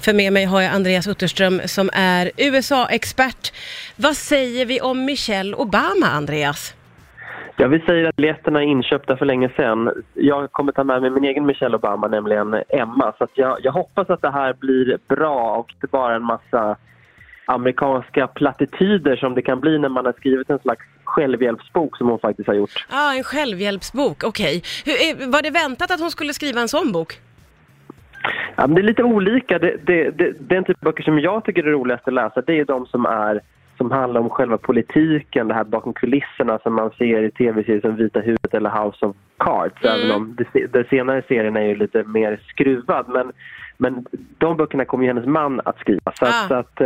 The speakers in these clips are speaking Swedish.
För med mig har jag Andreas Utterström som är USA-expert. Vad säger vi om Michelle Obama, Andreas? Ja, vi säger att biljetterna är inköpta för länge sedan. Jag kommer ta med mig min egen Michelle Obama, nämligen Emma. Så att jag hoppas att det här blir bra och inte bara en massa amerikanska plattityder som det kan bli när man har skrivit en slags självhjälpsbok som hon faktiskt har gjort. Ja, en självhjälpsbok, okej. Var det väntat att hon skulle skriva en sån bok? Ja, men det är lite olika. Den typ av böcker som jag tycker är roligast att läsa, det är de som handlar om själva politiken, det här bakom kulisserna som man ser i tv-serier som Vita huset eller House of Cards. Även om den senare serien är ju lite mer skruvad. Men de böckerna kommer ju hennes man att skriva. Så att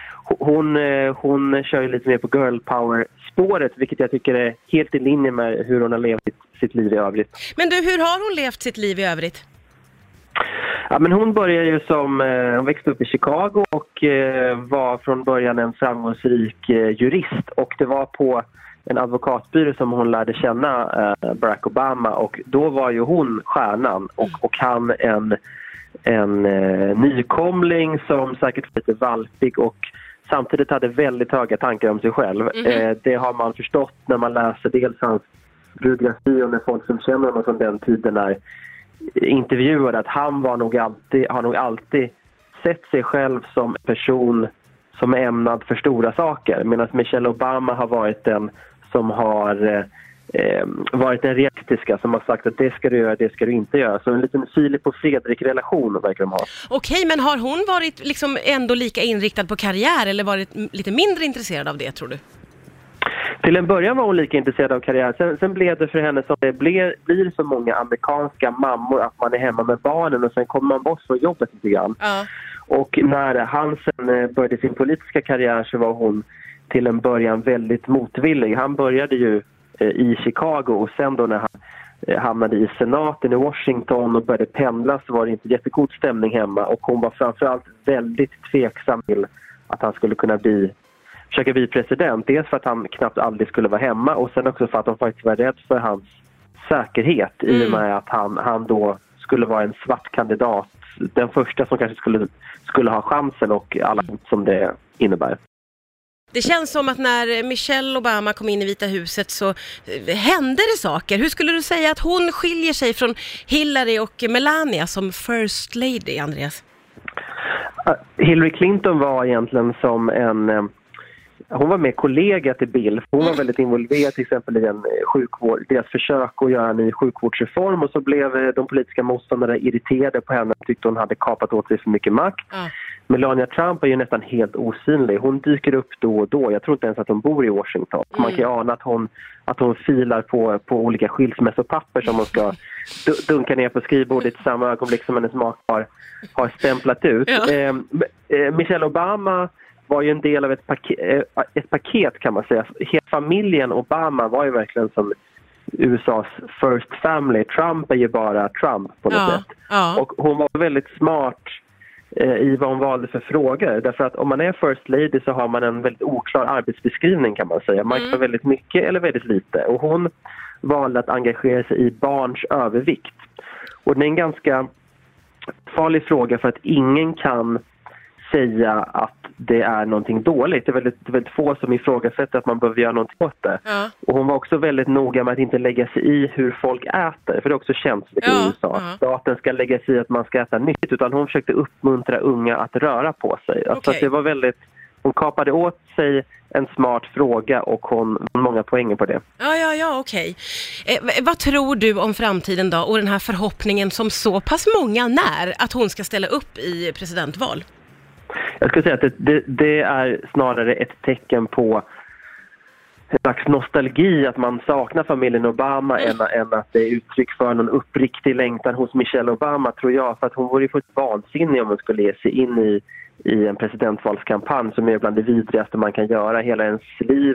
hon kör ju lite mer på girl power-spåret, vilket jag tycker är helt i linje med hur hon har levt sitt liv i övrigt. Men du, hur har hon levt sitt liv i övrigt? Ja, men hon började ju hon växte upp i Chicago och var från början en framgångsrik jurist. Och det var på en advokatbyrå som hon lärde känna Barack Obama. Och då var ju hon stjärnan och han en nykomling som säkert var lite valpig och samtidigt hade väldigt höga tankar om sig själv. Det har man förstått när man läser dels hans biografi och när folk som känner honom från den tiden är intervjuade, att han har nog alltid sett sig själv som en person som är ämnad för stora saker, medan Michelle Obama har varit den som har varit den realistiska, som har sagt att det ska du göra, det ska du inte göra. Så en liten Filip och Fredrik-relation verkar de ha. Okej, men har hon varit liksom ändå lika inriktad på karriär eller varit lite mindre intresserad av det, tror du? Till en början var hon lika intresserad av karriär. Sen blev det för henne som det blir för många amerikanska mammor att man är hemma med barnen och sen kommer man bort från jobbet lite grann. Och när han sen började sin politiska karriär så var hon till en början väldigt motvillig. Han började ju i Chicago och sen då när han hamnade i senaten i Washington och började pendla så var det inte jättegod stämning hemma. Och hon var framförallt väldigt tveksam till att han skulle kunna försöka bli president. Dels för att han knappt aldrig skulle vara hemma och sen också för att de faktiskt var rädd för hans säkerhet i och med att han då skulle vara en svart kandidat. Den första som kanske skulle ha chansen och alla som det innebär. Det känns som att när Michelle Obama kom in i Vita huset så hände det saker. Hur skulle du säga att hon skiljer sig från Hillary och Melania som First Lady, Andreas? Hillary Clinton var egentligen som hon var med kollega till Bill. Hon var väldigt involverad till exempel i deras försök att göra en ny sjukvårdsreform och så blev de politiska motståndarna irriterade på henne och tyckte hon hade kapat åt sig för mycket makt. Melania Trump är ju nästan helt osynlig. Hon dyker upp då och då. Jag tror inte ens att hon bor i Washington. Man kan ju ana att hon filar på olika skilsmässopapper som hon ska dunka ner på skrivbordet i samma ögonblick som hennes make har stämplat ut. Michelle Obama var ju en del av ett paket kan man säga. Hela familjen Obama var ju verkligen som USAs first family. Trump är ju bara Trump på något sätt. Och hon var väldigt smart i vad hon valde för frågor. Därför att om man är first lady så har man en väldigt oklar arbetsbeskrivning kan man säga. Man kan väldigt mycket eller väldigt lite. Och hon valde att engagera sig i barns övervikt. Och det är en ganska farlig fråga för att ingen kan säga att det är någonting dåligt. Det är väldigt få som ifrågasätter att man behöver göra någonting åt det. Och hon var också väldigt noga med att inte lägga sig i hur folk äter. För det är också känsligt i USA. Staten ska lägga sig i att man ska äta nytt. Utan hon försökte uppmuntra unga att röra på sig. Alltså att det var hon kapade åt sig en smart fråga och hon har många poänger på det. Okej. Vad tror du om framtiden då och den här förhoppningen som så pass många när att hon ska ställa upp i presidentval? Jag skulle säga att det är snarare ett tecken på en slags nostalgi att man saknar familjen Obama än att det är uttryck för någon uppriktig längtan hos Michelle Obama, tror jag. För att hon vore ju fullt vansinnig om hon skulle ge sig in i en presidentvalskampanj som är bland det vidrigaste man kan göra. Hela ens liv,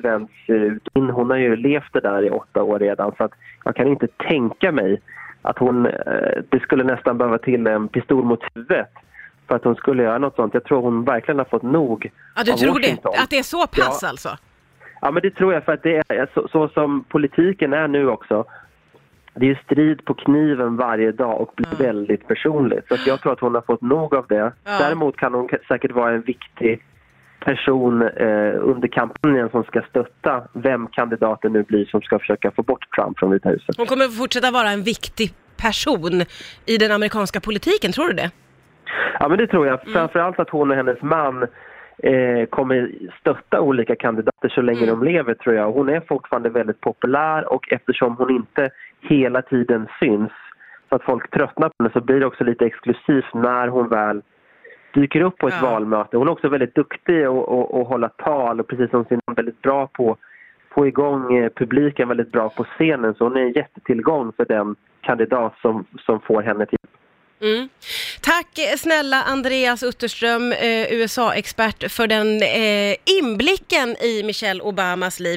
hon har ju levt det där i 8 år redan. Så att jag kan inte tänka mig att det skulle nästan behöva till en pistol mot huvudet för att hon skulle göra något sånt. Jag tror hon verkligen har fått nog. Ja, du tror det? Att det är så pass alltså? Ja, men det tror jag, för att det är så som politiken är nu också. det är ju strid på kniven varje dag och blir väldigt personligt. Så att jag tror att hon har fått nog av det. Däremot kan hon säkert vara en viktig person under kampanjen som ska stötta vem kandidaten nu blir som ska försöka få bort Trump från Vita huset. Hon kommer fortsätta vara en viktig person i den amerikanska politiken, tror du det? Ja, men det tror jag. Framförallt att hon och hennes man kommer stötta olika kandidater så länge de lever, tror jag. Hon är fortfarande väldigt populär, och eftersom hon inte hela tiden syns så att folk tröttnar på henne, så blir det också lite exklusivt när hon väl dyker upp på ett valmöte. Hon är också väldigt duktig att hålla tal, och precis som sin väldigt bra på att få igång publiken, väldigt bra på scenen, så hon är en jättetillgång för den kandidat som får henne till. Tack snälla Andreas Utterström, USA-expert, för den inblicken i Michelle Obamas liv.